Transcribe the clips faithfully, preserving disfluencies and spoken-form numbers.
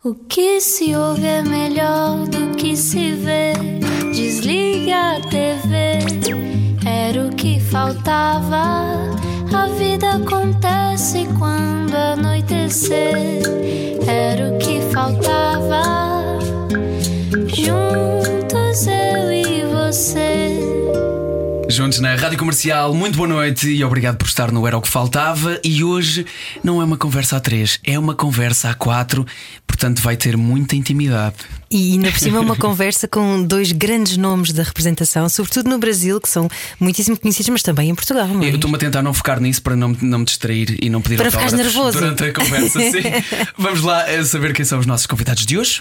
O que se ouve é melhor do que se vê. Desliga a T V, era o que faltava. A vida acontece quando anoitecer, era o que faltava. Juntos eu e você. Juntos na Rádio Comercial, muito boa noite e obrigado por estar no Era o que Faltava. E hoje não é uma conversa a três, é uma conversa a quatro, portanto vai ter muita intimidade. E ainda por cima uma conversa com dois grandes nomes da representação, sobretudo no Brasil, que são muitíssimo conhecidos, mas também em Portugal, não é? Eu estou-me a tentar não focar nisso para não, não me distrair e não pedir para ficares nervoso durante a conversa, sim. Vamos lá saber quem são os nossos convidados de hoje.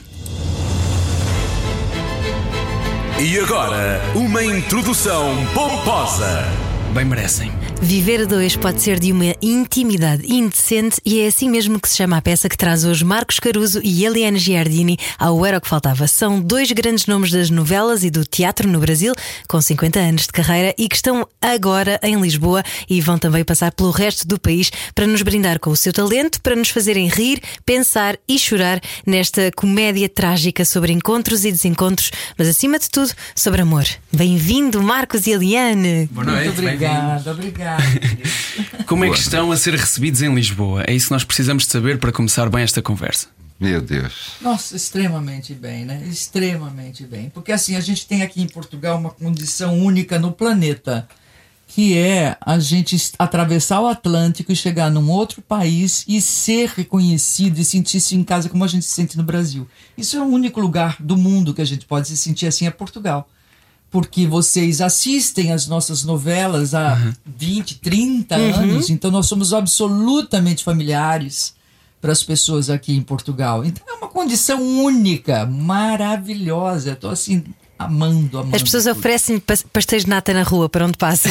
E agora, uma introdução pomposa. Bem merecem. Viver a dois pode ser de uma intimidade indecente e é assim mesmo que se chama a peça que traz hoje Marcos Caruso e Eliane Giardini ao Era o que Faltava. São dois grandes nomes das novelas e do teatro no Brasil, com cinquenta anos de carreira e que estão agora em Lisboa e vão também passar pelo resto do país para nos brindar com o seu talento, para nos fazerem rir, pensar e chorar nesta comédia trágica sobre encontros e desencontros, mas acima de tudo sobre amor. Bem-vindo, Marcos e Eliane. Boa noite. Muito obrigada, obrigada. Como é que estão a ser recebidos em Lisboa? É isso que nós precisamos de saber para começar bem esta conversa. Meu Deus. Nossa, extremamente bem, né? Extremamente bem. Porque assim, a gente tem aqui em Portugal uma condição única no planeta, que é a gente atravessar o Atlântico e chegar num outro país e ser reconhecido e sentir-se em casa como a gente se sente no Brasil. Isso é o único lugar do mundo que a gente pode se sentir assim, é Portugal. Porque vocês assistem as nossas novelas há uhum. vinte, trinta uhum. anos, então nós somos absolutamente familiares para as pessoas aqui em Portugal. Então é uma condição única, maravilhosa. Estou assim, amando, amando. As pessoas tudo. Oferecem pastéis de nata na rua para onde passa.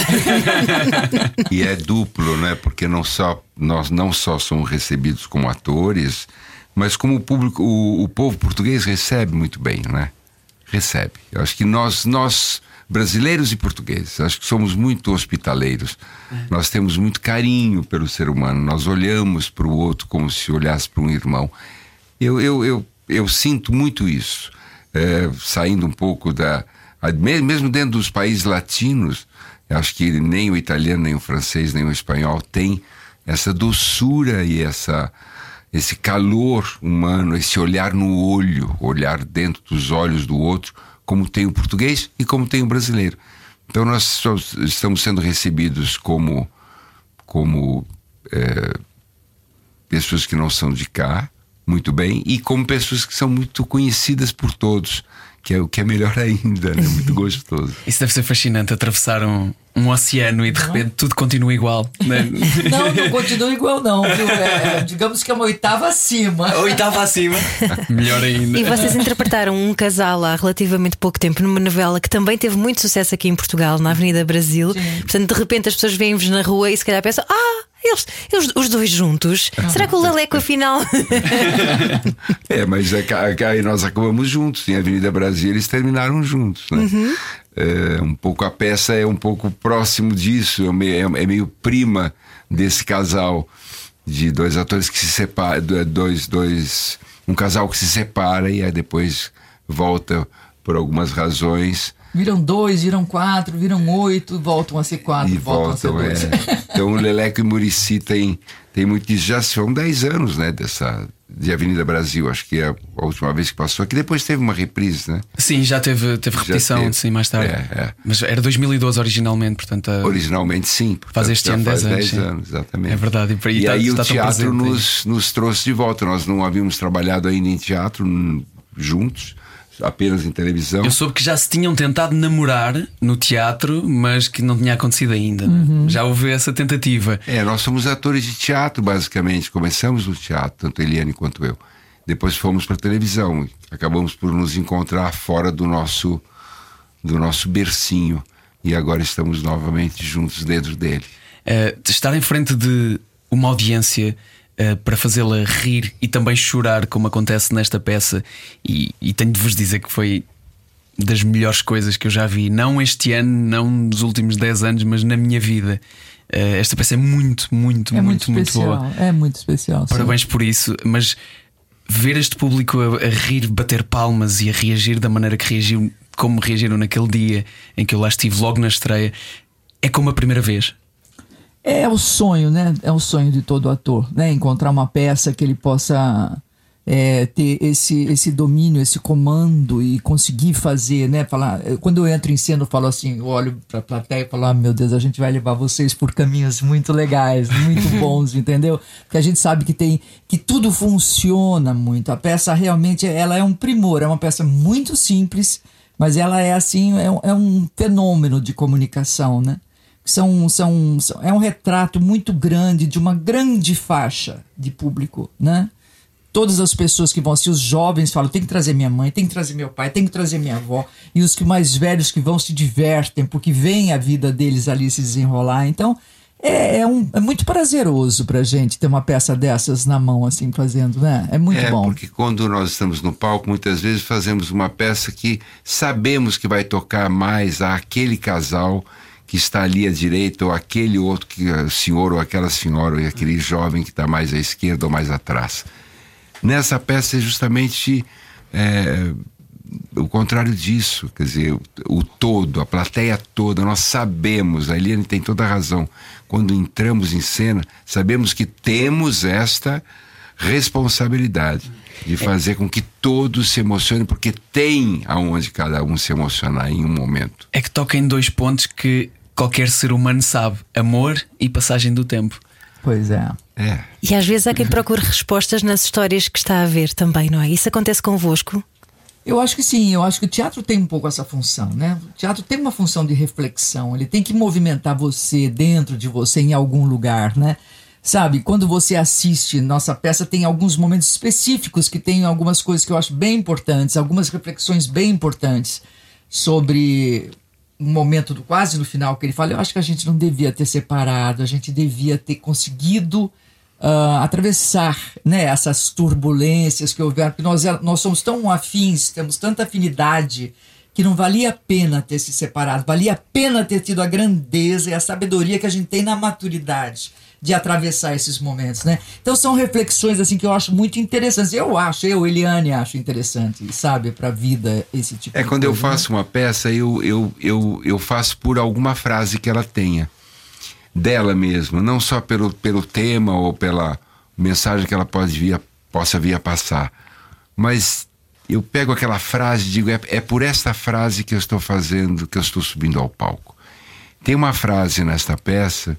E é duplo, né? Porque não só, nós não só somos recebidos como atores, mas como o público, o, o povo português recebe muito bem, né? Recebe. Eu acho que nós, nós brasileiros e portugueses, acho que somos muito hospitaleiros. É. Nós temos muito carinho pelo ser humano. Nós olhamos para o outro como se olhasse para um irmão. Eu, eu, eu, eu sinto muito isso. É, saindo um pouco da... Mesmo dentro dos países latinos, eu acho que nem o italiano, nem o francês, nem o espanhol tem essa doçura e essa... esse calor humano, esse olhar no olho, olhar dentro dos olhos do outro, como tem o português e como tem o brasileiro. Então nós estamos sendo recebidos como, como é, pessoas que não são de cá, muito bem, e como pessoas que são muito conhecidas por todos, que é o que é melhor ainda, né? Muito gostoso. Isso deve ser fascinante, atravessar um, um oceano e de repente tudo continua igual, né? Não, não continua igual não, viu? É, digamos que é uma oitava acima. Oitava acima, melhor ainda. E vocês interpretaram um casal há relativamente pouco tempo numa novela que também teve muito sucesso aqui em Portugal, na Avenida Brasil. Sim. Portanto, de repente as pessoas veem-vos na rua e se calhar pensam: ah, eles, eles os dois juntos, ah, será que o Leleco afinal? É, mas aí nós acabamos juntos. Em Avenida Brasil eles terminaram juntos, né? Uhum. É, um pouco a peça é um pouco próximo disso, é meio, é meio prima desse casal de dois atores que se separam, dois, dois, um casal que se separa e aí depois volta por algumas razões. Viram dois, viram quatro, viram oito, voltam a ser quatro, e voltam, voltam a ser dois. É. Então o Leleco e Muricy tem, tem muito disso. Já são dez anos, né, dessa, de Avenida Brasil. Acho que é a última vez que passou. Que depois teve uma reprise, né? Sim, já teve, teve repetição, teve. Sim, mais tarde. É, é. Mas era dois mil e doze originalmente, portanto. A... Originalmente, sim. Portanto, faz este ano dez anos. anos, exatamente. É verdade. E, e tá, aí tá o teatro nos, nos trouxe de volta. Nós não havíamos trabalhado ainda em teatro juntos, apenas em televisão. Eu soube que já se tinham tentado namorar no teatro, mas que não tinha acontecido ainda. Uhum. Já houve essa tentativa. É, nós somos atores de teatro, basicamente. Começamos no teatro, tanto a Eliane quanto eu. Depois fomos para a televisão. Acabamos por nos encontrar fora do nosso, do nosso bercinho. E agora estamos novamente juntos dentro dele. Uh, estar em frente de uma audiência Uh, para fazê-la rir e também chorar, como acontece nesta peça, e, e tenho de vos dizer que foi das melhores coisas que eu já vi, não este ano, não nos últimos dez anos, mas na minha vida. Uh, esta peça é muito, muito, é muito, muito, muito boa. É muito especial. Parabéns sim. por isso. Mas ver este público a, a rir, bater palmas e a reagir da maneira que reagiu, como reagiram naquele dia em que eu lá estive logo na estreia, é como a primeira vez. É o sonho, né? É o sonho de todo ator, né? Encontrar uma peça que ele possa é, ter esse, esse domínio, esse comando e conseguir fazer, né? Falar, quando eu entro em cena, eu falo assim, eu olho pra plateia e falo, ah, meu Deus, a gente vai levar vocês por caminhos muito legais, muito bons, entendeu? Porque a gente sabe que tem, que tudo funciona muito. A peça realmente, ela é um primor, é uma peça muito simples, mas ela é assim, é, é um fenômeno de comunicação, né? São, são, são, é um retrato muito grande de uma grande faixa de público, né? Todas as pessoas que vão assistir, os jovens falam, tem que trazer minha mãe, tem que trazer meu pai, tem que trazer minha avó. E os que mais velhos que vão se divertem, porque vem a vida deles ali se desenrolar. Então, é, é, um, é muito prazeroso pra gente ter uma peça dessas na mão, assim, fazendo, né? É muito é, bom. É, porque quando nós estamos no palco, muitas vezes fazemos uma peça que sabemos que vai tocar mais àquele casal que está ali à direita, ou aquele outro que, senhor ou aquela senhora, ou aquele jovem que está mais à esquerda ou mais atrás. Nessa peça é justamente é, o contrário disso, quer dizer, o, o todo, a plateia toda, nós sabemos, a Eliane tem toda a razão, quando entramos em cena, sabemos que temos esta responsabilidade de fazer com que todos se emocionem, porque tem aonde cada um se emocionar em um momento. É que toca em dois pontos que qualquer ser humano sabe: amor e passagem do tempo. Pois é. É. E às vezes há quem procure respostas nas histórias que está a ver também, não é? Isso acontece convosco? Eu acho que sim, eu acho que o teatro tem um pouco essa função, né? O teatro tem uma função de reflexão, ele tem que movimentar você dentro de você em algum lugar, né? Sabe, quando você assiste nossa peça, tem alguns momentos específicos que tem algumas coisas que eu acho bem importantes, algumas reflexões bem importantes sobre um momento do, quase no final que ele fala, eu acho que a gente não devia ter separado, a gente devia ter conseguido uh, atravessar, né, essas turbulências que houveram, porque nós, nós somos tão afins, temos tanta afinidade, que não valia a pena ter se separado, valia a pena ter tido a grandeza e a sabedoria que a gente tem na maturidade de atravessar esses momentos, né? Então são reflexões assim que eu acho muito interessantes. Eu acho, eu, Eliane, acho interessante, sabe, pra vida esse tipo é, de coisa. É, quando eu faço né? uma peça, eu, eu, eu, eu faço por alguma frase que ela tenha, dela mesma, não só pelo, pelo tema ou pela mensagem que ela pode vir a, possa vir a passar, mas eu pego aquela frase e digo, é, é por esta frase que eu estou fazendo, que eu estou subindo ao palco. Tem uma frase nesta peça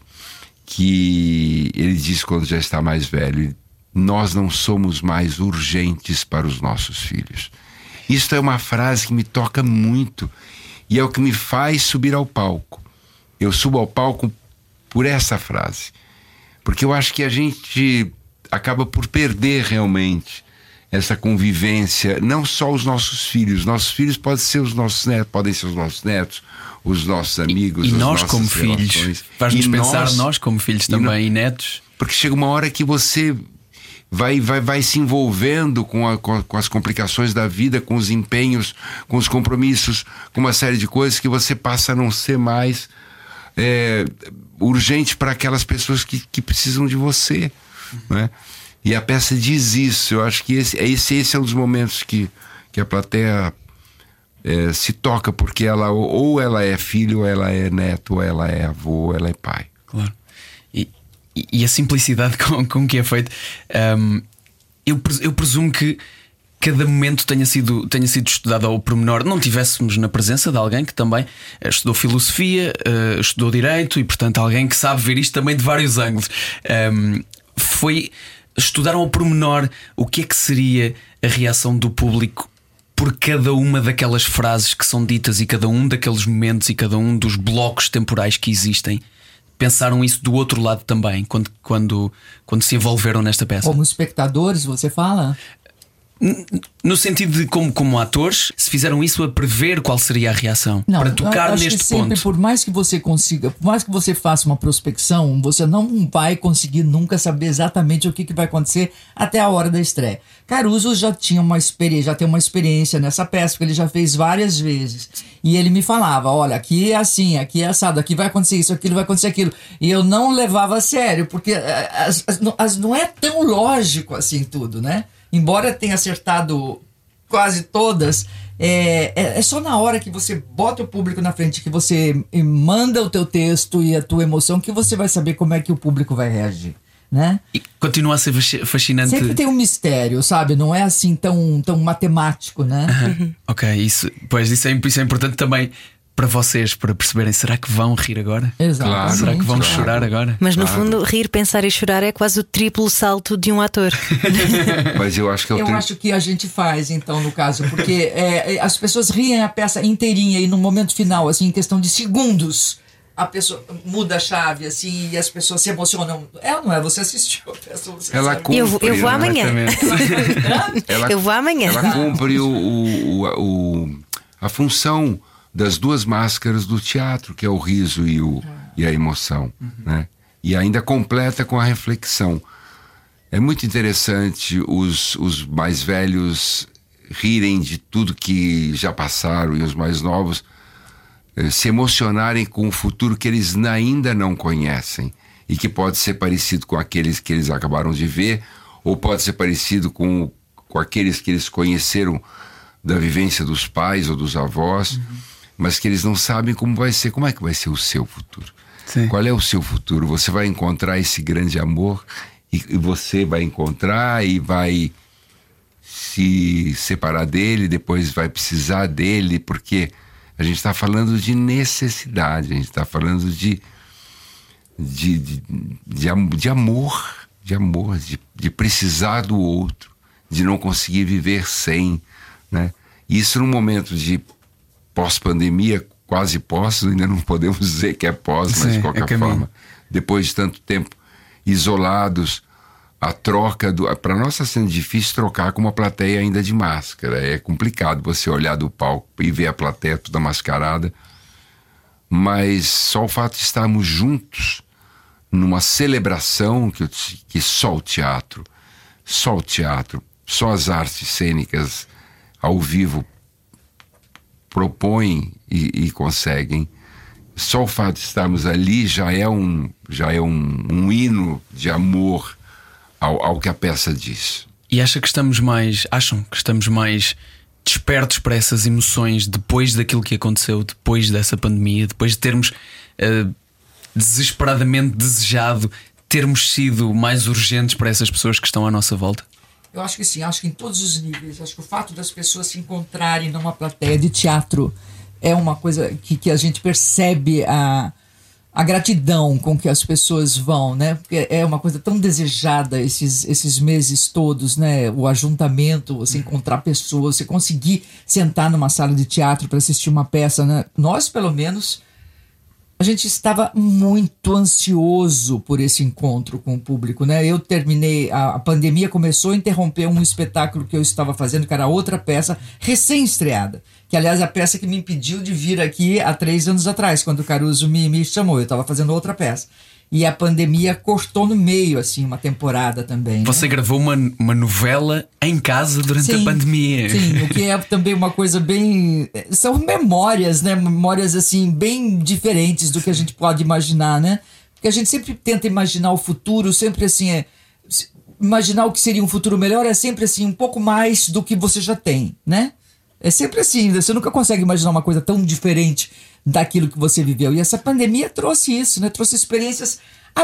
que ele diz quando já está mais velho: nós não somos mais urgentes para os nossos filhos. Isso é uma frase que me toca muito e é o que me faz subir ao palco. Eu subo ao palco por essa frase, porque eu acho que a gente acaba por perder realmente essa convivência, não só os nossos filhos, nossos filhos podem ser os nossos netos, podem ser os nossos netos, os nossos amigos, e, e as nós nossas como relações. filhos, faz-nos pensar nós, nós como filhos também, e, no, e netos, porque chega uma hora que você vai, vai, vai se envolvendo com, a, com, a, com as complicações da vida, com os empenhos, com os compromissos, com uma série de coisas que você passa a não ser mais é, urgente para aquelas pessoas que, que precisam de você, uhum. né? E a peça diz isso. Eu acho que esse, esse, esse é um dos momentos que, que a plateia é, se toca, porque ela ou ela é filho, ou ela é neto, ou ela é avô, ou ela é pai. Claro. E, e a simplicidade com, com que é feito, um, eu, eu presumo que cada momento tenha sido, tenha sido estudado ao pormenor. Não tivéssemos na presença de alguém que também estudou filosofia, uh, estudou direito e, portanto, alguém que sabe ver isto também de vários ângulos. Um, foi... Estudaram ao pormenor o que é que seria a reação do público por cada uma daquelas frases que são ditas e cada um daqueles momentos e cada um dos blocos temporais que existem. Pensaram isso do outro lado também, quando, quando, quando se envolveram nesta peça? Como espectadores, você fala? No sentido de como, como atores, se fizeram isso a prever qual seria a reação, não, para tocar acho neste que sempre, ponto. Por mais que você consiga, por mais que você faça uma prospecção, você não vai conseguir nunca saber exatamente o que, que vai acontecer até a hora da estreia. Caruso já tinha uma experiência, já tem uma experiência nessa peça, porque ele já fez várias vezes. E ele me falava, olha, aqui é assim, aqui é assado, aqui vai acontecer isso, aquilo vai acontecer aquilo. E eu não levava a sério, porque as, as, as, não é tão lógico assim tudo, né? embora tenha acertado quase todas, é, é, é só na hora que você bota o público na frente, que você manda o teu texto e a tua emoção, que você vai saber como é que o público vai reagir, né? E continua a ser fascinante. Sempre tem um mistério, sabe? Não é assim tão, tão matemático, né? Uhum. Ok, isso, pois isso é, isso é importante também para vocês, para perceberem, será que vão rir agora? Exato. Claro. Será que vão Claro. chorar agora? Mas no Claro. fundo, rir, pensar e chorar é quase o triplo salto de um ator. Mas eu acho que é o Eu tri- acho que a gente faz, então, no caso, porque é, as pessoas riem a peça inteirinha e no momento final, assim, em questão de segundos, a pessoa muda a chave, assim, e as pessoas se emocionam. É ou não é? Você assistiu a peça, você Ela sabe. cumpre, Eu vou- eu vou né? amanhã. Ela, Eu vou amanhã. Ela cumpre o, o, o, o- a função das duas máscaras do teatro, que é o riso e, o, e a emoção, né? E ainda completa com a reflexão. É muito interessante os, os mais velhos rirem de tudo que já passaram e os mais novos eh, se emocionarem com o futuro que eles ainda não conhecem e que pode ser parecido com aqueles que eles acabaram de ver, ou pode ser parecido com, com aqueles que eles conheceram da vivência dos pais ou dos avós, mas que eles não sabem como vai ser. Como é que vai ser o seu futuro? Sim. Qual é o seu futuro? Você vai encontrar esse grande amor e, e você vai encontrar e vai se separar dele, depois vai precisar dele, porque a gente está falando de necessidade, a gente está falando de de, de, de, am- de amor, de amor, de, de precisar do outro, de não conseguir viver sem, né? Isso num momento de pós-pandemia, quase pós, ainda não podemos dizer que é pós, mas Sim, de é qualquer caminho. forma, depois de tanto tempo isolados, a troca do, para nós está sendo difícil trocar com uma plateia ainda de máscara. É complicado você olhar do palco e ver a plateia toda mascarada, mas só o fato de estarmos juntos numa celebração que, eu te- que só o teatro, só o teatro, só as artes cênicas ao vivo propõem e, e conseguem. Só o fato de estarmos ali já é um, já é um, um hino de amor ao, ao que a peça diz. E acha que estamos mais, acham que estamos mais despertos para essas emoções depois daquilo que aconteceu, depois dessa pandemia, depois de termos eh, desesperadamente desejado termos sido mais urgentes para essas pessoas que estão à nossa volta? Eu acho que sim, acho que em todos os níveis. Acho que o fato das pessoas se encontrarem numa plateia de teatro é uma coisa que, que a gente percebe a, a gratidão com que as pessoas vão, né? Porque é uma coisa tão desejada esses, esses meses todos, né? O ajuntamento, você encontrar pessoas, você conseguir sentar numa sala de teatro para assistir uma peça, né? Nós, pelo menos, a gente estava muito ansioso por esse encontro com o público, né? Eu terminei, a, a pandemia começou a interromper um espetáculo que eu estava fazendo, que era outra peça recém-estreada, que aliás é a peça que me impediu de vir aqui há três anos atrás, quando o Caruso me, me chamou. Eu estava fazendo outra peça. E a pandemia cortou no meio, assim, uma temporada também, né? Você gravou uma, uma novela em casa durante a pandemia. Sim, o que é também uma coisa bem... São memórias, né? Memórias, assim, bem diferentes do que a gente pode imaginar, né? Porque a gente sempre tenta imaginar o futuro, sempre assim, é... Imaginar o que seria um futuro melhor é sempre, assim, um pouco mais do que você já tem, né? É sempre assim, você nunca consegue imaginar uma coisa tão diferente daquilo que você viveu. E essa pandemia trouxe isso, né? Trouxe experiências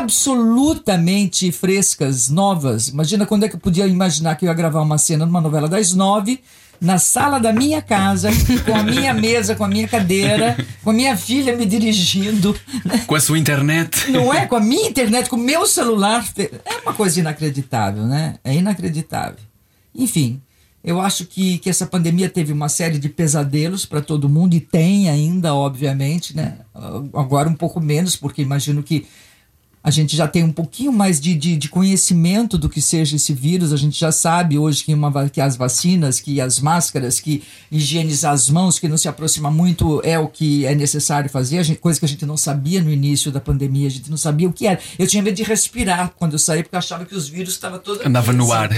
absolutamente frescas, novas. Imagina quando é que eu podia imaginar que eu ia gravar uma cena numa novela das nove, na sala da minha casa, com a minha mesa, com a minha cadeira, com a minha filha me dirigindo, né? Com a sua internet. Não é? Com a minha internet, com o meu celular. É uma coisa inacreditável, né? É inacreditável. Enfim, eu acho que, que essa pandemia teve uma série de pesadelos para todo mundo, e tem ainda, obviamente, né? Agora um pouco menos, porque imagino que a gente já tem um pouquinho mais de, de, de conhecimento do que seja esse vírus. A gente já sabe hoje que, uma, que as vacinas, que as máscaras, que higienizar as mãos, que não se aproxima muito é o que é necessário fazer. A gente, coisa que a gente não sabia no início da pandemia, a gente não sabia o que era. Eu tinha medo de respirar quando eu saí, porque eu achava que os vírus estavam todos... Andava no ar.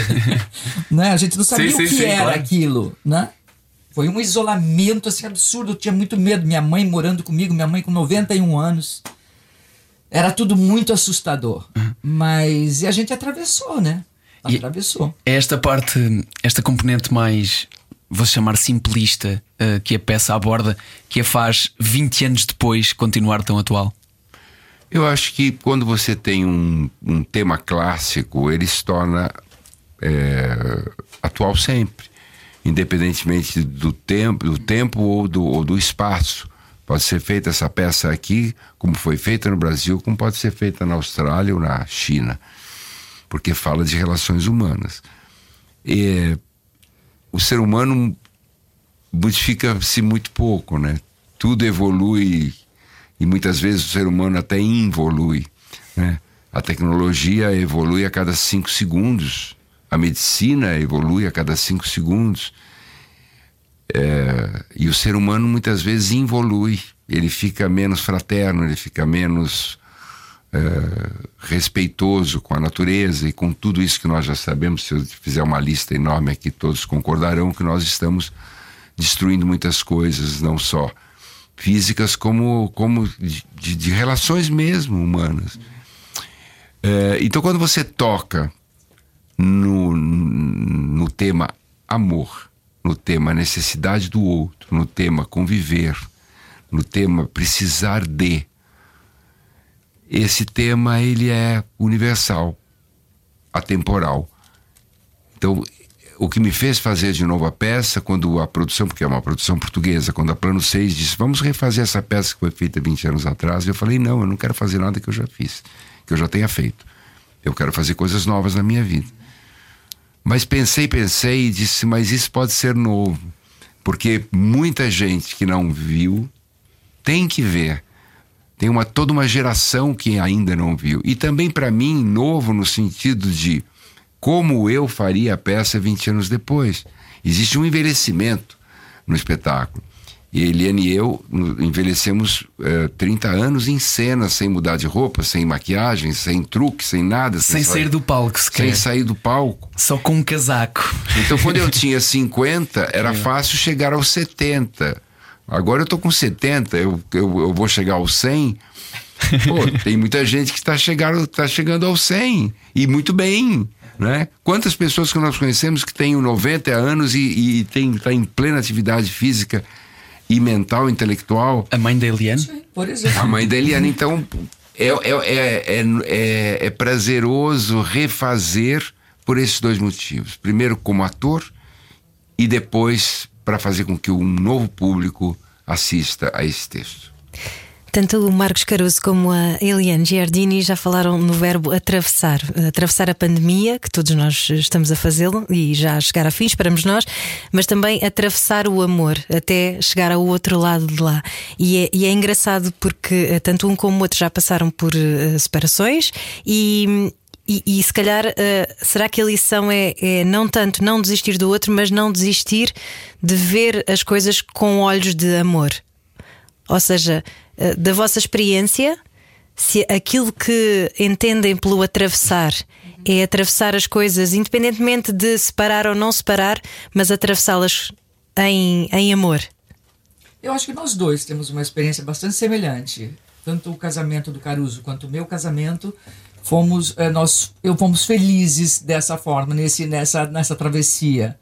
Né? A gente não sabia Sim, o sim, que sim, era claro. aquilo, né? Foi um isolamento assim, absurdo. Eu tinha muito medo. Minha mãe morando comigo, minha mãe com noventa e um anos. Era tudo muito assustador. Mas e a gente atravessou, né? atravessou. É esta parte, esta componente mais, vou chamar simplista, uh, que a peça aborda, que a faz vinte anos depois continuar tão atual? Eu acho que quando você tem um, um tema clássico, ele se torna é, atual sempre, independentemente do tempo, do tempo ou, do, ou do espaço. Pode ser feita essa peça aqui, como foi feita no Brasil, como pode ser feita na Austrália ou na China, porque fala de relações humanas. E o ser humano modifica-se muito pouco, né? Tudo evolui e muitas vezes o ser humano até involui, né? A tecnologia evolui a cada cinco segundos, a medicina evolui a cada cinco segundos. É, e o ser humano muitas vezes involui, ele fica menos fraterno, ele fica menos é, respeitoso com a natureza e com tudo isso que nós já sabemos. Se eu fizer uma lista enorme aqui, todos concordarão que nós estamos destruindo muitas coisas, não só físicas como, como de, de, de relações mesmo humanas. É, então quando você toca no, no tema amor, no tema necessidade do outro, no tema conviver, no tema precisar de, esse tema ele é universal, atemporal. Então o que me fez fazer de novo a peça, quando a produção, porque é uma produção portuguesa, quando a Plano seis disse, vamos refazer essa peça que foi feita vinte anos atrás, eu falei, não, eu não quero fazer nada que eu já fiz, que eu já tenha feito. Eu quero fazer coisas novas na minha vida. Mas pensei, pensei e disse, mas isso pode ser novo, porque muita gente que não viu tem que ver. Tem uma, toda uma geração que ainda não viu. E também para mim, novo no sentido de como eu faria a peça vinte anos depois. Existe um envelhecimento no espetáculo. E Eliane e eu envelhecemos uh, trinta anos em cena, sem mudar de roupa, sem maquiagem, sem truque, sem nada. Sem, sem sair, sair do palco, se Sem quer. sair do palco. Só com um casaco. Então quando eu tinha cinquenta, era é. fácil chegar aos setenta. Agora eu tô com setenta, eu, eu, eu vou chegar aos cem. Pô, tem muita gente que está chegando, tá chegando aos cem. E muito bem, né? Quantas pessoas que nós conhecemos que têm noventa anos e, e tem, tá em plena atividade física e mental, intelectual? A mãe da Eliane? Sim, por exemplo. A mãe da Eliane. Então é, é, é, é, é, é prazeroso refazer por esses dois motivos. Primeiro como ator e depois para fazer com que um novo público assista a esse texto. Tanto o Marcos Caruso como a Eliane Giardini já falaram no verbo atravessar. Atravessar a pandemia, que todos nós estamos a fazê-lo e já a chegar a fim, esperamos nós, mas também atravessar o amor até chegar ao outro lado de lá. E é, e é engraçado porque tanto um como o outro já passaram por uh, separações e... E, e se calhar, uh, será que a lição é, é não tanto não desistir do outro, mas não desistir de ver as coisas com olhos de amor? Ou seja, uh, da vossa experiência, se aquilo que entendem pelo atravessar é atravessar as coisas, independentemente de separar ou não separar, mas atravessá-las em, em amor. Eu acho que nós dois temos uma experiência bastante semelhante. Tanto o casamento do Caruso quanto o meu casamento. Fomos, nós, eu fomos felizes dessa forma, nesse, nessa, nessa travessia.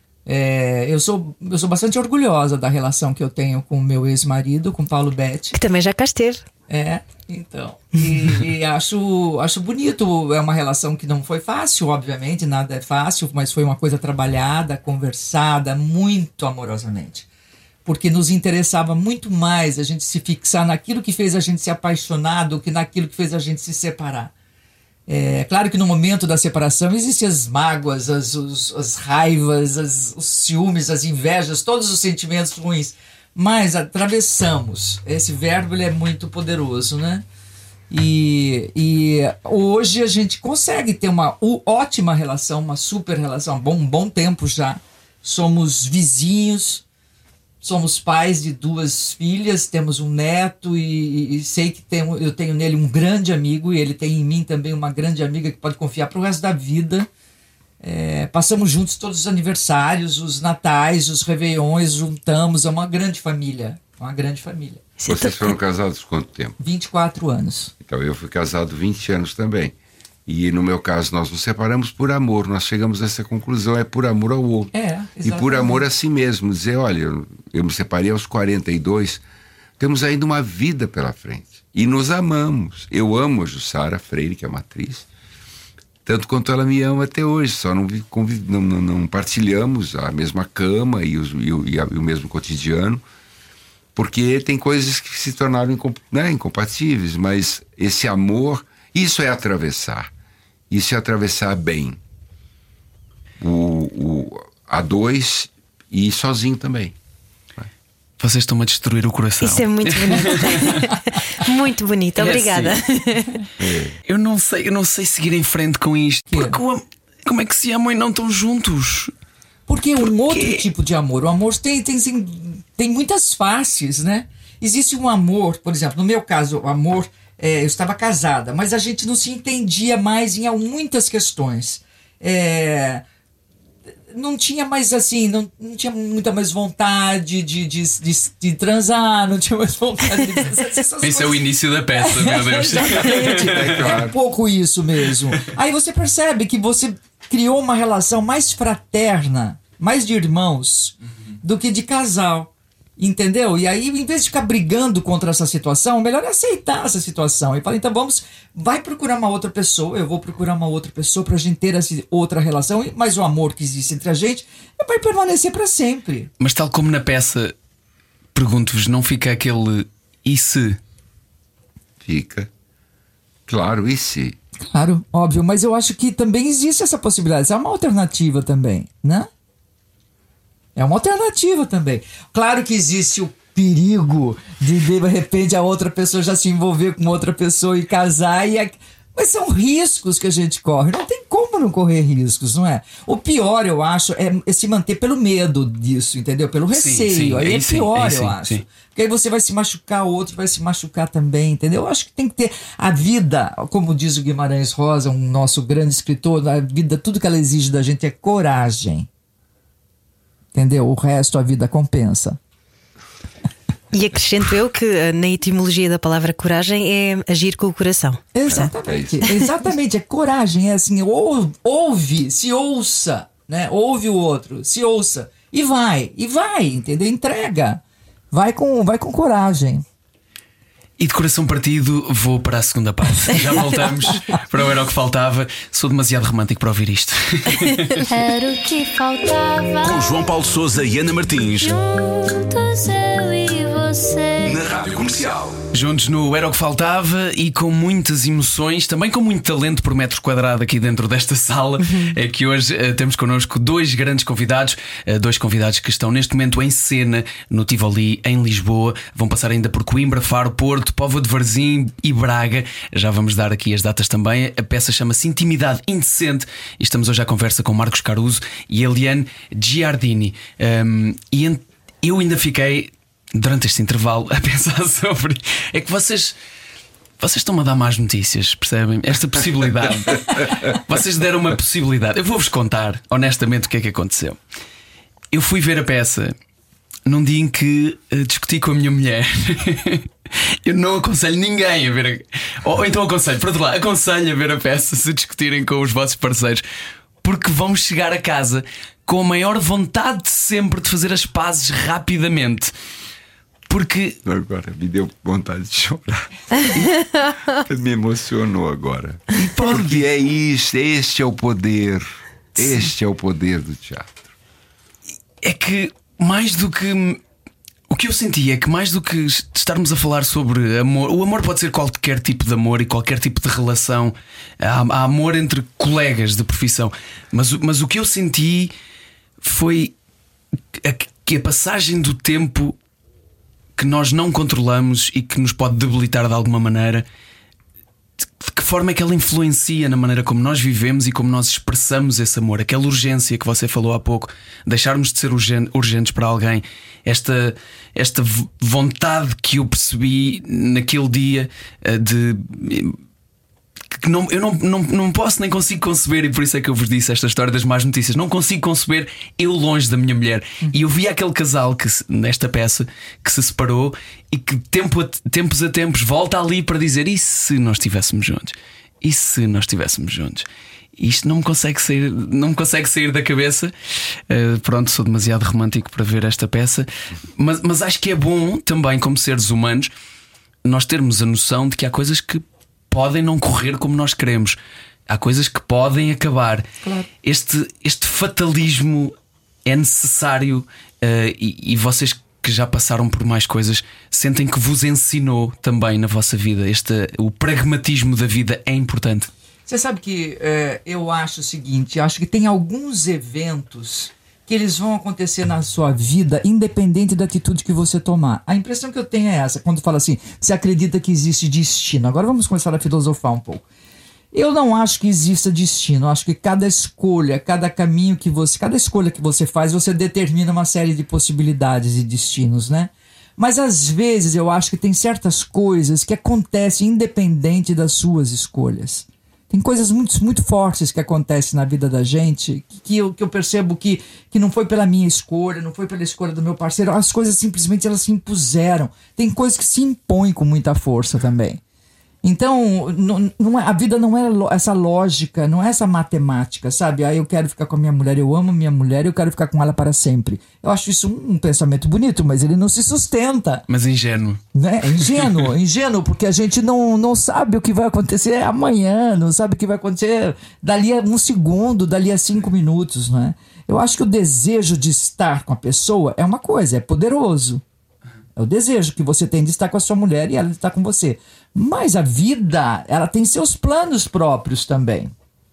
É, eu, sou, eu sou bastante orgulhosa da relação que eu tenho com o meu ex-marido, com Paulo Betti. Que também já cá esteve. É, então. E, e acho, acho bonito. É uma relação que não foi fácil, obviamente, nada é fácil, mas foi uma coisa trabalhada, conversada, muito amorosamente. Porque nos interessava muito mais a gente se fixar naquilo que fez a gente se apaixonar do que naquilo que fez a gente se separar. É claro que no momento da separação existem as mágoas, as, os, as raivas, as, os ciúmes, as invejas, todos os sentimentos ruins. Mas atravessamos. Esse verbo ele é muito poderoso, né? E, e hoje a gente consegue ter uma ótima relação, uma super relação, bom, um bom tempo já. Somos vizinhos. Somos pais de duas filhas, temos um neto e, e sei que tenho, eu tenho nele um grande amigo e ele tem em mim também uma grande amiga que pode confiar para o resto da vida. É, passamos juntos todos os aniversários, os natais, os réveillões, juntamos, é uma grande família, uma grande família. Vocês foram casados quanto tempo? vinte e quatro anos. Então eu fui casado vinte anos também. E no meu caso, nós nos separamos por amor. Nós chegamos a essa conclusão, é por amor ao outro. É, e por amor a si mesmo. Dizer, olha, eu me separei aos quarenta e dois, temos ainda uma vida pela frente. E nos amamos. Eu amo a Jussara Freire, que é uma atriz, tanto quanto ela me ama até hoje. Só não, conviv... não, não, não partilhamos a mesma cama e, os, e, o, e, a, e o mesmo cotidiano, porque tem coisas que se tornaram incom... né, incompatíveis. Mas esse amor... Isso é atravessar. Isso é atravessar bem. O, o, a dois e sozinho também. Vocês estão a destruir o coração. Isso é muito bonito. Muito bonito, É obrigada. assim. É. Eu não sei, eu não sei seguir em frente com isto. Quê? Porque o am- como é que se amam e não estão juntos? Porque Por um quê? outro tipo de amor. O amor tem, tem, tem, tem muitas faces, né? Existe um amor, por exemplo, no meu caso, o amor, é, eu estava casada, mas a gente não se entendia mais em muitas questões. É, não tinha mais assim, não, não tinha muita mais vontade de, de, de, de transar, não tinha mais vontade de essas Esse é o coisas. início da peça, meu Deus. Exatamente. É claro. É um pouco isso mesmo. Aí você percebe que você criou uma relação mais fraterna, mais de irmãos, do que de casal. Entendeu? E aí, em vez de ficar brigando contra essa situação, o melhor é aceitar essa situação. E falar, então vamos, vai procurar uma outra pessoa, eu vou procurar uma outra pessoa pra gente ter essa outra relação, mas o amor que existe entre a gente vai permanecer pra sempre. Mas tal como na peça, pergunto-vos, não fica aquele e se? Fica. Claro, e se? Claro, óbvio, mas eu acho que também existe essa possibilidade. Isso é uma alternativa também, né? É uma alternativa também. Claro que existe o perigo de de repente a outra pessoa já se envolver com outra pessoa e casar e a... Mas são riscos que a gente corre. Não tem como não correr riscos, não é? O pior, eu acho, é, é se manter pelo medo disso, entendeu? Pelo Sim, receio. sim, aí aí é sim, pior, aí eu sim, acho. sim. Porque aí você vai se machucar, o outro vai se machucar também, entendeu? Eu acho que tem que ter a vida, como diz o Guimarães Rosa, um nosso grande escritor, a vida, tudo que ela exige da gente é coragem. Entendeu? O resto a vida compensa. E acrescento eu que eh, na etimologia da palavra coragem é agir com o coração. Exatamente. É isso. Exatamente, é coragem, é assim, ou- ouve, se ouça, né? Ouve o outro, se ouça e vai, e vai, entendeu? Entrega. Vai com, vai com coragem. E de coração partido, vou para a segunda parte. Já voltamos para o Era o que Faltava. Sou demasiado romântico para ouvir isto. Era o que faltava. Com João Paulo Sousa e Ana Martins. Juntos eu e você. Na Rádio Comercial. Juntos no Era o que Faltava e com muitas emoções, também com muito talento por metro quadrado aqui dentro desta sala. É que hoje eh, temos connosco dois grandes convidados, eh, dois convidados que estão neste momento em cena no Tivoli, em Lisboa. Vão passar ainda por Coimbra, Faro, Porto, Póvoa de Varzim e Braga. Já vamos dar aqui as datas também. A peça chama-se Intimidade Indecente e estamos hoje à conversa com Marcos Caruso e Eliane Giardini. Um, e ent- eu ainda fiquei durante este intervalo a pensar sobre. É que vocês. Vocês estão-me a dar más notícias, percebem? Esta possibilidade. Vocês deram uma possibilidade. Eu vou-vos contar honestamente o que é que aconteceu. Eu fui ver a peça num dia em que uh, discuti com a minha mulher. Eu não aconselho ninguém a ver a... Ou então aconselho, por outro lado, aconselho a ver a peça se discutirem com os vossos parceiros, porque vão chegar a casa com a maior vontade de sempre de fazer as pazes rapidamente. Porque Agora me deu vontade de chorar. Me emocionou agora. Porque é isso, este é o poder. Este é o poder do teatro. é que mais do que. O que eu senti é que mais do que estarmos a falar sobre amor, o amor pode ser qualquer tipo de amor e qualquer tipo de relação. Há, há amor entre colegas de profissão. Mas, o- mas o que eu senti foi a- que a passagem do tempo que nós não controlamos e que nos pode debilitar de alguma maneira, de que forma é que ela influencia na maneira como nós vivemos e como nós expressamos esse amor. Aquela urgência que você falou há pouco, deixarmos de ser urgen- urgentes para alguém, esta, esta v- vontade que eu percebi naquele dia eh, de. Que não, eu não, não, não posso nem consigo conceber, e por isso é que eu vos disse esta história das más notícias. Não consigo conceber eu longe da minha mulher. E eu vi aquele casal que se- nesta peça que se separou e que tempo a, tempos a tempos volta ali para dizer: e se nós estivéssemos juntos? e se nós estivéssemos juntos? Isto não me consegue sair, não me consegue sair da cabeça. Uh, pronto, sou demasiado romântico para ver esta peça, mas, mas acho que é bom também, como seres humanos, nós termos a noção de que há coisas que podem não correr como nós queremos. Há coisas que podem acabar. Claro. Este, este fatalismo é necessário, uh, e, e vocês que já passaram por mais coisas sentem que vos ensinou também na vossa vida. Este, o pragmatismo da vida é importante. Você sabe que é, eu acho o seguinte, acho que tem alguns eventos que eles vão acontecer na sua vida independente da atitude que você tomar. A impressão que eu tenho é essa, quando fala assim, você acredita que existe destino. Agora vamos começar a filosofar um pouco. Eu não acho que exista destino, eu acho que cada escolha, cada caminho que você, cada escolha que você faz, você determina uma série de possibilidades e destinos, né? Mas às vezes eu acho que tem certas coisas que acontecem independente das suas escolhas. Tem coisas muito, muito fortes que acontecem na vida da gente que, que, eu, que eu percebo que, que não foi pela minha escolha, não foi pela escolha do meu parceiro. As coisas simplesmente elas se impuseram. Tem coisas que se impõem com muita força também. Então, não, não é, a vida não é essa lógica, não é essa matemática, sabe? Ah, eu quero ficar com a minha mulher, eu amo minha mulher, eu quero ficar com ela para sempre. Eu acho isso um, um pensamento bonito, mas ele não se sustenta. Mas ingênuo. Né? Ingênuo, ingênuo, porque a gente não, não sabe o que vai acontecer amanhã, não sabe o que vai acontecer dali a um segundo, dali a cinco minutos, né? Eu acho que o desejo de estar com a pessoa é uma coisa, é poderoso. É o desejo que você tem de estar com a sua mulher e ela de estar com você. Mas a vida, ela tem seus planos próprios também.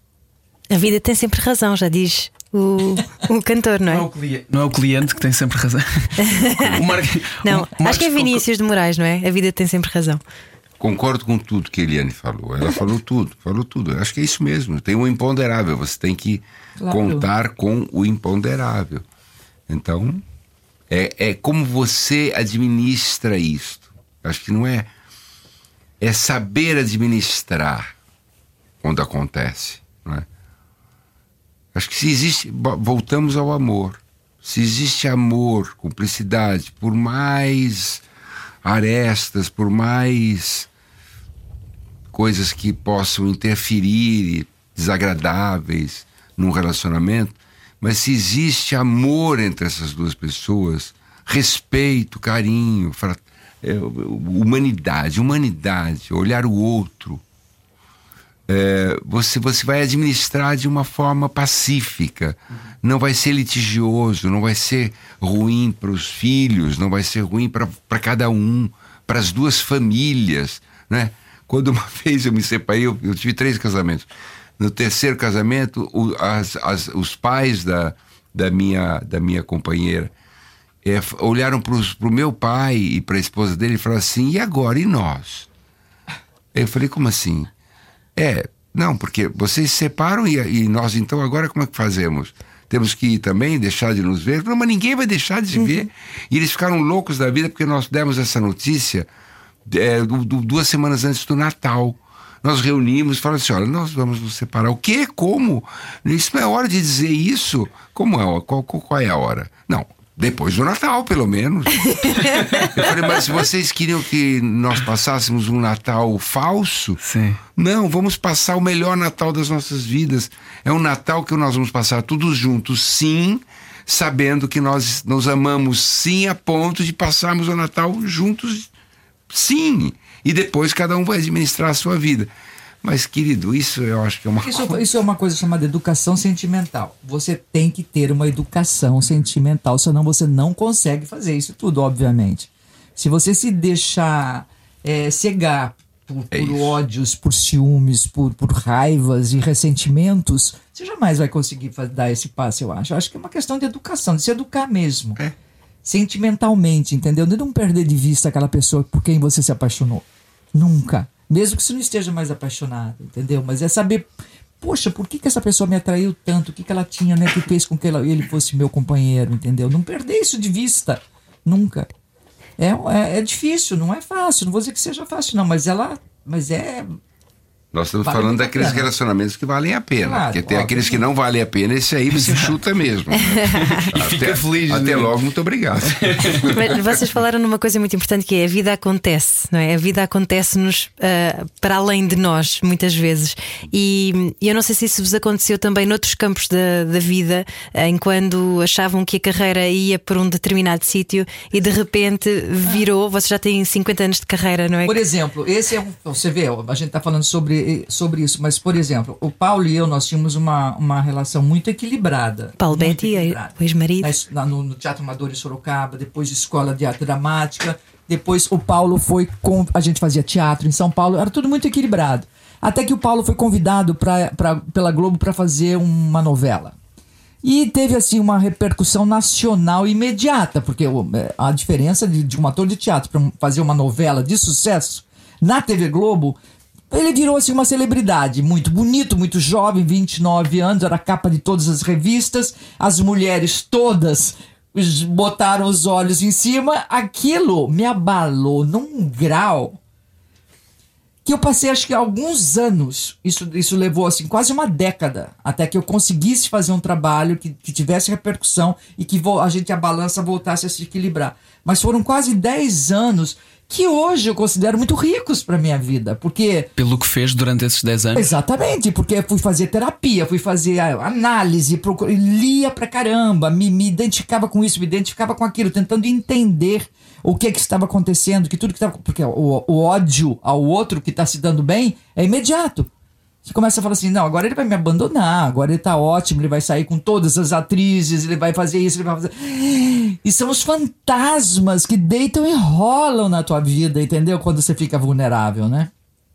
A vida tem sempre razão, já diz o, o cantor, não é? Não é o, cliente, não é o cliente que tem sempre razão. o Mar... Não, o acho que é Vinícius de Moraes, não é? A vida tem sempre razão. Concordo com tudo que a Eliane falou. Ela falou tudo, falou tudo. Acho que é isso mesmo. Tem um imponderável. Você tem que claro. contar com o imponderável. Então, é, é como você administra isto. Acho que não é... É saber administrar quando acontece, não é? Acho que se existe... Voltamos ao amor. Se existe amor, cumplicidade, por mais arestas, por mais coisas que possam interferir, desagradáveis num relacionamento, mas se existe amor entre essas duas pessoas, respeito, carinho, fraternidade, É, humanidade, humanidade, olhar o outro, é, você, você vai administrar de uma forma pacífica, não vai ser litigioso, não vai ser ruim para os filhos, não vai ser ruim para cada um, para as duas famílias, né? Quando uma vez eu me separei, eu, eu tive três casamentos. No terceiro casamento, o, as, as, os pais da, da, minha, da minha companheira É, olharam para o meu pai e para a esposa dele e falaram assim: e agora, e nós? Eu falei: como assim? É, não, porque vocês se separam e, e nós então agora como é que fazemos? Temos que ir também, deixar de nos ver? Não, mas ninguém vai deixar de se ver. E eles ficaram loucos da vida porque nós demos essa notícia é, do, do, duas semanas antes do Natal. Nós reunimos e falamos assim: olha, nós vamos nos separar. O quê? Como? Isso não é hora de dizer isso. Como é? Qual, qual é a hora? Não. Depois do Natal, pelo menos. Eu falei: mas vocês queriam que nós passássemos um Natal falso? Sim. Não, vamos passar o melhor Natal das nossas vidas. É um Natal que nós vamos passar todos juntos, sim, sabendo que nós nos amamos, sim, a ponto de passarmos o Natal juntos, sim. E depois cada um vai administrar a sua vida. Mas, querido, isso eu acho que é uma isso, coisa... Isso é uma coisa chamada educação sentimental. Você tem que ter uma educação sentimental, senão você não consegue fazer isso tudo, obviamente. Se você se deixar é, cegar por, é por ódios, por ciúmes, por, por raivas e ressentimentos, você jamais vai conseguir dar esse passo, eu acho. Eu acho que é uma questão de educação, de se educar mesmo. É. Sentimentalmente, entendeu? De não perder de vista aquela pessoa por quem você se apaixonou. Nunca. Mesmo que você não esteja mais apaixonado, entendeu? Mas é saber, poxa, por que, que essa pessoa me atraiu tanto? O que, que ela tinha, né, que fez com que ela, ele fosse meu companheiro, entendeu? Não perder isso de vista, nunca. É, é, é difícil, não é fácil, não vou dizer que seja fácil não, mas ela, mas é, Nós estamos Vale falando muito a daqueles pena. relacionamentos que valem a pena. Claro, porque tem óbvio. aqueles que não valem a pena, esse aí você chuta mesmo. E fica feliz, Até né? logo, muito obrigado. Mas vocês falaram numa coisa muito importante, que é a vida acontece, não é? A vida acontece-nos ah, para além de nós, muitas vezes. E eu não sei se isso vos aconteceu também noutros campos da, da vida, em quando achavam que a carreira ia para um determinado sítio e de repente virou. Vocês já têm cinquenta anos de carreira, não é? Por exemplo, esse é um, você vê, a gente está falando sobre, sobre isso, mas por exemplo, o Paulo e eu, nós tínhamos uma, uma relação muito equilibrada. Paulo muito Betti, equilibrada. o ex-marido. Na- No, no Teatro Amador em Sorocaba, depois Escola de Arte Dramática, depois o Paulo foi com, a gente fazia teatro em São Paulo, era tudo muito equilibrado. Até que o Paulo foi convidado pra, pra, pela Globo para fazer uma novela. E teve assim uma repercussão nacional imediata, porque o- a diferença de, de um ator de teatro para fazer uma novela de sucesso na T V Globo, ele virou assim uma celebridade, muito bonito, muito jovem, vinte e nove anos, era a capa de todas as revistas, as mulheres todas os- botaram os olhos em cima. Aquilo me abalou num grau que eu passei acho que alguns anos, isso, isso levou assim quase uma década, até que eu conseguisse fazer um trabalho que, que tivesse repercussão e que vo- a gente, a balança voltasse a se equilibrar. Mas foram quase dez anos que hoje eu considero muito ricos para minha vida, porque Pelo que fez durante esses dez anos. exatamente, porque eu fui fazer terapia, fui fazer a- análise, procur... lia pra caramba, me, me identificava com isso, me identificava com aquilo, tentando entender o que que estava acontecendo, que tudo que estava... Porque o, o ódio ao outro que está se dando bem é imediato. Você começa a falar assim, não, agora ele vai me abandonar, agora ele tá ótimo, ele vai sair com todas as atrizes, ele vai fazer isso, ele vai fazer... E são os fantasmas que deitam e rolam na tua vida, entendeu? Quando você fica vulnerável, né?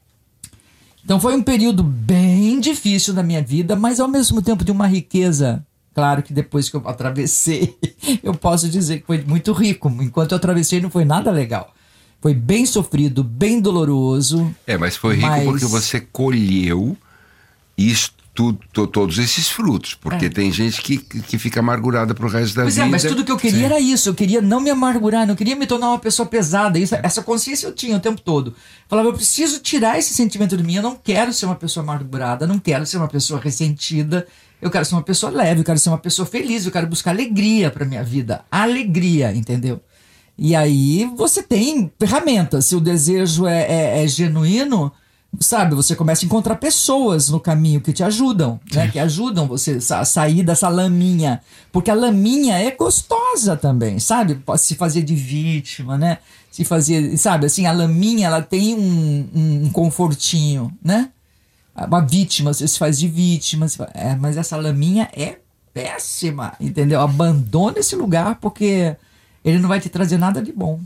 Então foi um período bem difícil na minha vida, mas ao mesmo tempo de uma riqueza. Claro que depois que eu atravessei, eu posso dizer que foi muito rico. Enquanto eu atravessei não foi nada legal. Foi bem sofrido, bem doloroso. É, mas foi rico Mas- porque você colheu isso, tudo, to- todos esses frutos. Porque É. tem gente que, que fica amargurada pro resto da Pois vida. é, mas tudo que eu queria era isso. Eu queria não me amargurar, não queria me tornar uma pessoa pesada. Isso, essa consciência eu tinha o tempo todo. Eu falava, eu preciso tirar esse sentimento de mim. Eu não quero ser uma pessoa amargurada, não quero ser uma pessoa ressentida. Eu quero ser uma pessoa leve, eu quero ser uma pessoa feliz, eu quero buscar alegria pra minha vida. Alegria, entendeu? E aí você tem ferramentas. Se o desejo é, é- é genuíno, sabe, você começa a encontrar pessoas no caminho que te ajudam, né? Que ajudam você a sair dessa laminha. Porque a laminha é gostosa também, sabe? Pode se fazer de vítima, né? Se fazer, sabe, assim, a laminha ela tem um, um, um confortinho, né? Uma vítima, você se faz de vítima, você faz- é, mas essa laminha é péssima, entendeu? Abandona esse lugar porque ele não vai te trazer nada de bom.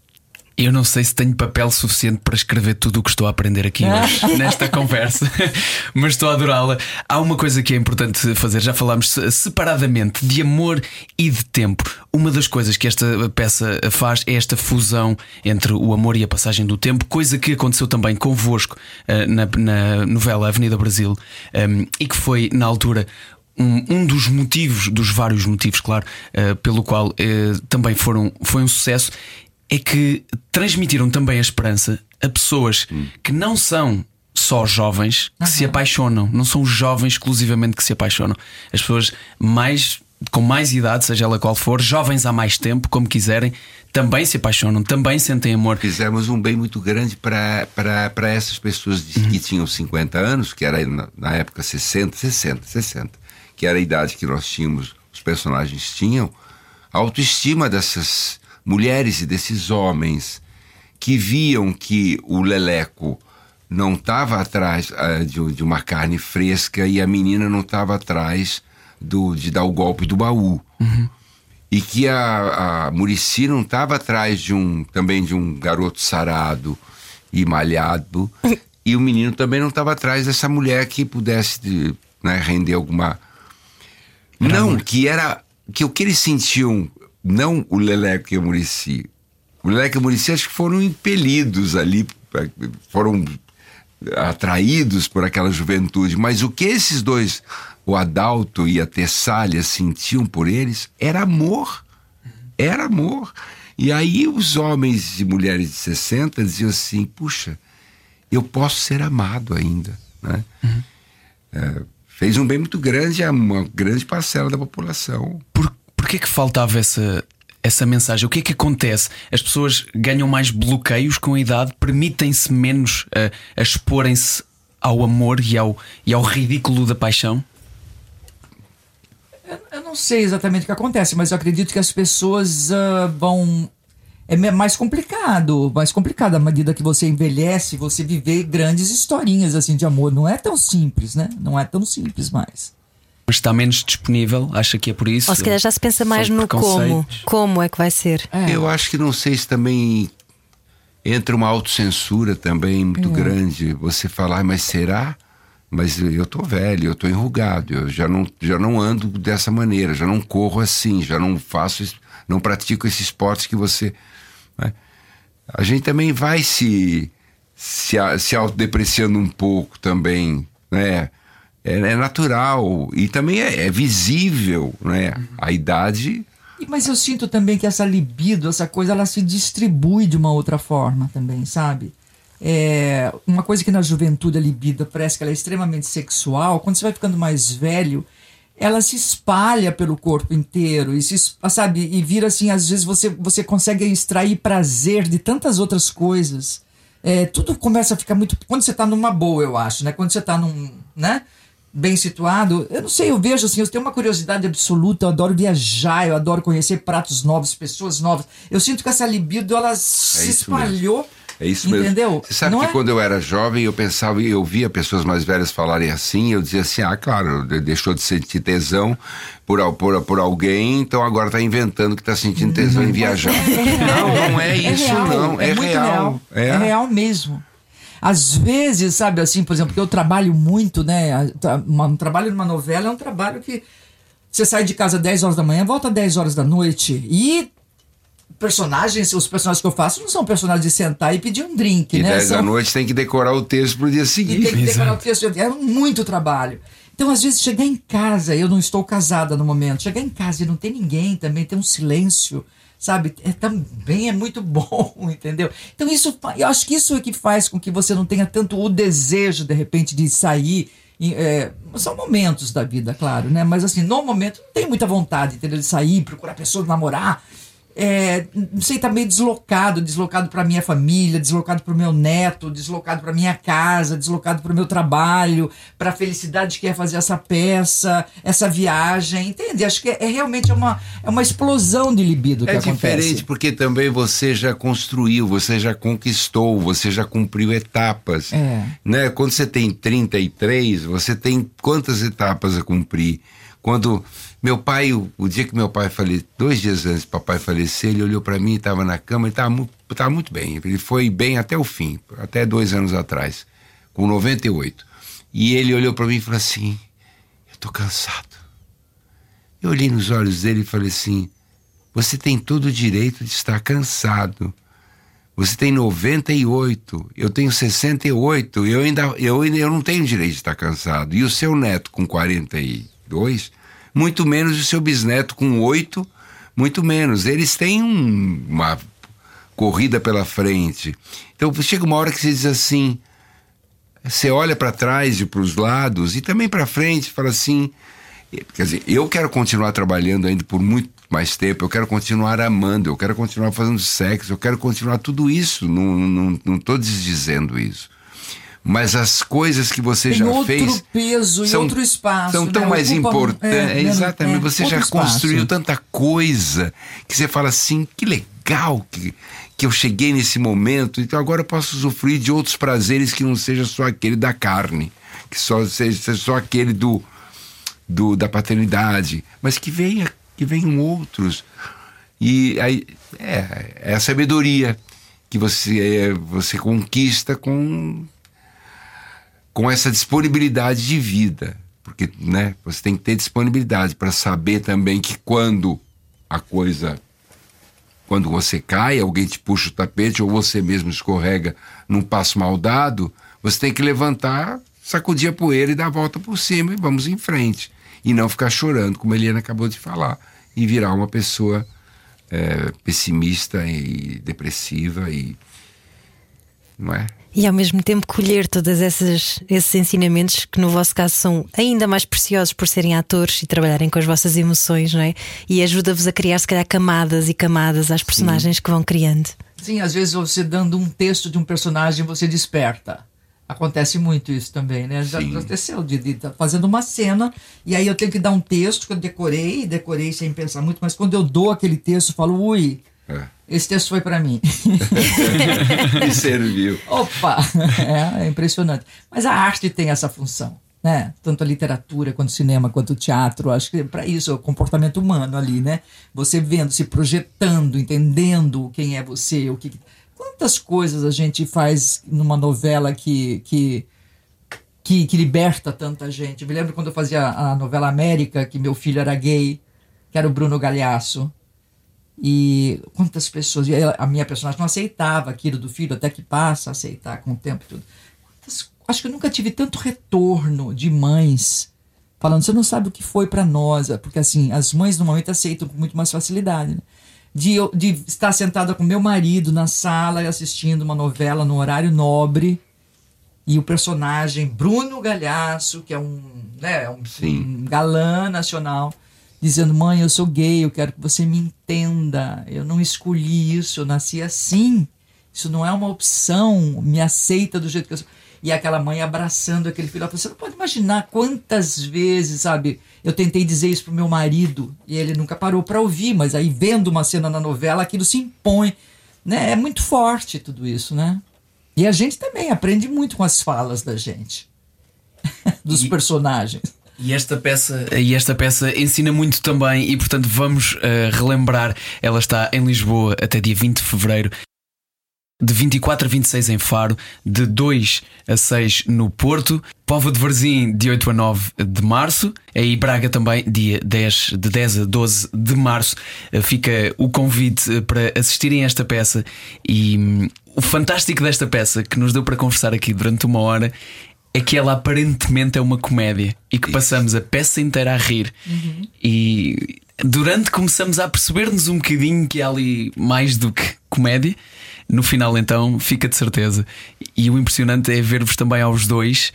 Eu não sei se tenho papel suficiente para escrever tudo o que estou a aprender aqui hoje, nesta conversa, mas estou a adorá-la. Há uma coisa que é importante fazer, já falámos se- separadamente de amor e de tempo. Uma das coisas que esta peça faz é esta fusão entre o amor e a passagem do tempo, coisa que aconteceu também convosco eh, na, na novela Avenida Brasil, um, e que foi, na altura, Um, um dos motivos, dos vários motivos, claro, eh, pelo qual eh, também foram, foi um sucesso, é que transmitiram também a esperança a pessoas que não são só jovens que se apaixonam, não são os jovens exclusivamente que se apaixonam, as pessoas mais, com mais idade, seja ela qual for, jovens há mais tempo, como quiserem, também se apaixonam, também sentem amor. Fizemos um bem muito grande para essas pessoas de- que tinham cinquenta anos, que era na, na época sessenta, sessenta, sessenta, que era a idade que nós tínhamos, os personagens tinham. A autoestima dessas mulheres e desses homens que viam que o Leleco não estava atrás ah, de, de uma carne fresca e a menina não estava atrás do, de dar o golpe do baú. E que a, a Muricy não estava atrás de um, também de um garoto sarado e malhado. E o menino também não estava atrás dessa mulher que pudesse, de, né, render alguma... Não, que era... Que o que eles sentiam, não o Leleco e a Muricy. O Leleco e a Muricy acho que foram impelidos ali, foram atraídos por aquela juventude. Mas o que esses dois, o Adalto e a Tessália, sentiam por eles era amor. Era amor. E aí os homens e mulheres de sessenta diziam assim, puxa, eu posso ser amado ainda. né? Uhum. É, fez um bem muito grande a uma grande parcela da população. Por, por que é que faltava essa, essa mensagem? O que é que acontece? As pessoas ganham mais bloqueios com a idade, permitem-se menos a, a exporem-se ao amor e ao, e ao ridículo da paixão? Eu, eu não sei exatamente o que acontece, mas eu acredito que as pessoas uh, vão... É mais complicado, mais complicado à medida que você envelhece, você viver grandes historinhas assim de amor. Não é tão simples, né? Não é tão simples mais. Mas está menos disponível, acha que é por isso? Ou se calhar já se pensa mais no como. Como é que vai ser? É. Eu acho que não sei se também entra uma autocensura também muito é. grande. Você falar, mas será? Mas eu tô velho, eu tô enrugado, eu já não, já não ando dessa maneira, já não corro assim, já não faço, não pratico esse esporte que você... Né? A gente também vai se, se, se autodepreciando um pouco também, né? É, é natural e também é, é visível, né? Uhum. A idade... Mas eu sinto também que essa libido, essa coisa, ela se distribui de uma outra forma também, sabe? É uma coisa que na juventude a libido parece que ela é extremamente sexual. Quando você vai ficando mais velho, ela se espalha pelo corpo inteiro e se, sabe, e vira assim, às vezes você, você consegue extrair prazer de tantas outras coisas. É, tudo começa a ficar muito... Quando você tá numa boa, eu acho, né? Quando você tá num, né? bem situado, eu não sei, eu vejo assim, eu tenho uma curiosidade absoluta, eu adoro viajar, eu adoro conhecer pratos novos, pessoas novas. Eu sinto que essa libido, ela é se espalhou. Mesmo. É isso entendeu? mesmo. Você sabe não que é? Quando eu era jovem, eu pensava e eu via pessoas mais velhas falarem assim, eu dizia assim, ah, claro, deixou de sentir tesão por, por, por alguém, então agora está inventando que está sentindo tesão em viajar. Não, não é isso, é real, não. É, é muito real. real. É. é real mesmo. Às vezes, sabe, assim, por exemplo, que eu trabalho muito, né? Um trabalho numa novela é um trabalho que você sai de casa às dez horas da manhã, volta às dez horas da noite e personagens, os personagens que eu faço não são personagens de sentar e pedir um drink, e né? E dez são... da noite tem que decorar o texto pro dia seguinte. E tem que decorar o texto, é muito trabalho. Então, às vezes, chegar em casa, eu não estou casada no momento, chegar em casa e não tem ninguém também, tem um silêncio, sabe? É, também é muito bom, entendeu? Então, isso, eu acho que isso é que faz com que você não tenha tanto o desejo, de repente, de sair. É, são momentos da vida, claro, né? Mas, assim, no momento, não tem muita vontade, entendeu? De sair, procurar pessoas, namorar. É, não sei, tá meio deslocado, deslocado pra minha família, deslocado pro meu neto, deslocado pra minha casa, deslocado pro meu trabalho, pra felicidade que é fazer essa peça, essa viagem, entende? Acho que é, é realmente uma, é uma explosão de libido que é acontece. É diferente porque também você já construiu, você já conquistou, você já cumpriu etapas, é. né? Quando você tem trinta e três, você tem quantas etapas a cumprir? Quando meu pai, o, o dia que meu pai faleceu, dois dias antes do papai falecer, ele olhou para mim, estava na cama, ele estava mu tava muito bem. Ele foi bem até o fim, até dois anos atrás, com noventa e oito. E ele olhou para mim e falou assim, eu tô cansado. Eu olhei nos olhos dele e falei assim, você tem todo o direito de estar cansado. Você tem noventa e oito, eu tenho sessenta e oito, eu ainda, eu ainda eu não tenho direito de estar cansado. E o seu neto com quarenta e dois, muito menos o seu bisneto com oito, muito menos. Eles têm um, uma corrida pela frente. Então chega uma hora que você diz assim, você olha para trás e para os lados e também para frente, fala assim, quer dizer, eu quero continuar trabalhando ainda por muito mais tempo, eu quero continuar amando, eu quero continuar fazendo sexo, eu quero continuar tudo isso, não, não, não tô desdizendo isso. Mas as coisas que você tem já outro fez peso são, e outro espaço, são tão né? mais importantes. É, é, exatamente, é, você já espaço. construiu tanta coisa que você fala assim, que legal que, que eu cheguei nesse momento, então agora eu posso usufruir de outros prazeres que não seja só aquele da carne, que só seja só aquele do, do da paternidade, mas que venha, que venham outros. E aí é, é a sabedoria que você, você conquista com com essa disponibilidade de vida, porque, né, você tem que ter disponibilidade para saber também que quando a coisa, quando você cai, alguém te puxa o tapete ou você mesmo escorrega num passo mal dado, você tem que levantar, sacudir a poeira e dar a volta por cima e vamos em frente, e não ficar chorando, como a Eliana acabou de falar, e virar uma pessoa é, pessimista e depressiva e... não é? E ao mesmo tempo colher todos esses, esses ensinamentos que no vosso caso são ainda mais preciosos por serem atores e trabalharem com as vossas emoções, não é? E ajuda-vos a criar se calhar camadas e camadas às personagens Sim. que vão criando. Sim, às vezes você dando um texto de um personagem você desperta. Acontece muito isso também, né? Já Sim. aconteceu de estar fazendo uma cena e aí eu tenho que dar um texto que eu decorei, decorei sem pensar muito, mas quando eu dou aquele texto eu falo, ui, é. esse texto foi para mim. E serviu. Opa, é, é impressionante. Mas a arte tem essa função, né? Tanto a literatura quanto o cinema, quanto o teatro. Acho que para isso é o comportamento humano ali, né? Você vendo, se projetando, entendendo quem é você, o que quantas coisas a gente faz numa novela que, que, que, que liberta tanta gente. Eu me lembro quando eu fazia a novela América, que meu filho era gay, que era o Bruno Galhaço. E quantas pessoas... E a minha personagem não aceitava aquilo do filho, até que passa a aceitar com o tempo e tudo. Quantas, acho que eu nunca tive tanto retorno de mães falando, você não sabe o que foi para nós. Porque assim, as mães normalmente aceitam com muito mais facilidade, né? De, de estar sentada com meu marido na sala assistindo uma novela no horário nobre e o personagem Bruno Galhaço, que é um, né, um, um galã nacional, dizendo, mãe, eu sou gay, eu quero que você me entenda, eu não escolhi isso, eu nasci assim, isso não é uma opção, me aceita do jeito que eu sou. E aquela mãe abraçando aquele filho, você não pode imaginar quantas vezes, sabe, eu tentei dizer isso pro meu marido e ele nunca parou para ouvir, mas aí vendo uma cena na novela, aquilo se impõe, né? É muito forte tudo isso, né? E a gente também aprende muito com as falas da gente, dos e, personagens. E esta peça, e esta peça ensina muito também e, portanto, vamos uh, relembrar, ela está em Lisboa até dia vinte de fevereiro. De vinte e quatro a vinte e seis em Faro, de dois a seis no Porto, Póvoa de Varzim de oito a nove de março, aí Braga também dia dez, de dez a doze de março. Fica o convite para assistirem a esta peça. E hum, o fantástico desta peça, que nos deu para conversar aqui durante uma hora, é que ela aparentemente é uma comédia e que passamos a peça inteira a rir. Uhum. E durante começamos a perceber-nos um bocadinho que há ali mais do que comédia. No final então fica de certeza. E o impressionante é ver-vos também aos dois,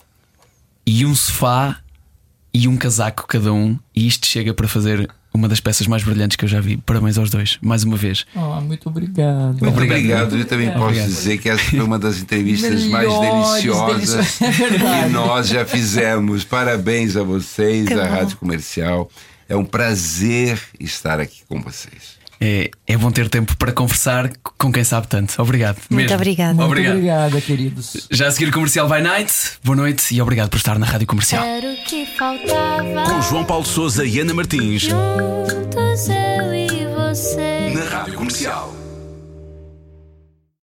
e um sofá e um casaco cada um. E isto chega para fazer uma das peças mais brilhantes que eu já vi. Parabéns aos dois, mais uma vez. Oh, muito obrigado. Muito obrigado, obrigado. Eu também obrigado. posso dizer que essa foi uma das entrevistas mais deliciosas é que nós já fizemos. Parabéns a vocês, a Rádio Comercial. É um prazer estar aqui com vocês. É, é bom ter tempo para conversar com quem sabe tanto. Obrigado. Muito mesmo. obrigado. Muito obrigado. obrigada, queridos. Já a seguir o Comercial by Night. Boa noite e obrigado por estar na Rádio Comercial. Era o que faltava. Com João Paulo Sousa e Ana Martins. Juntos eu e você. Na Rádio Comercial.